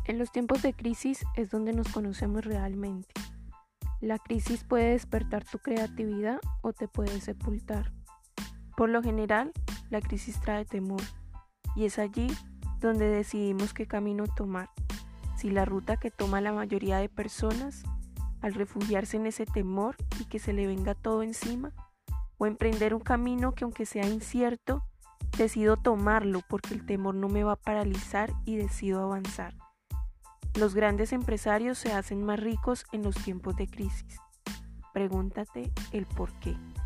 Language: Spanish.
En los tiempos de crisis es donde nos conocemos realmente. La crisis puede despertar tu creatividad o te puede sepultar. Por lo general, la crisis trae temor y es allí donde decidimos qué camino tomar. Si la ruta que toma la mayoría de personas, al refugiarse en ese temor y que se le venga todo encima, o emprender un camino que aunque sea incierto, decido tomarlo porque el temor no me va a paralizar y decido avanzar. Los grandes empresarios se hacen más ricos en los tiempos de crisis. Pregúntate el por qué.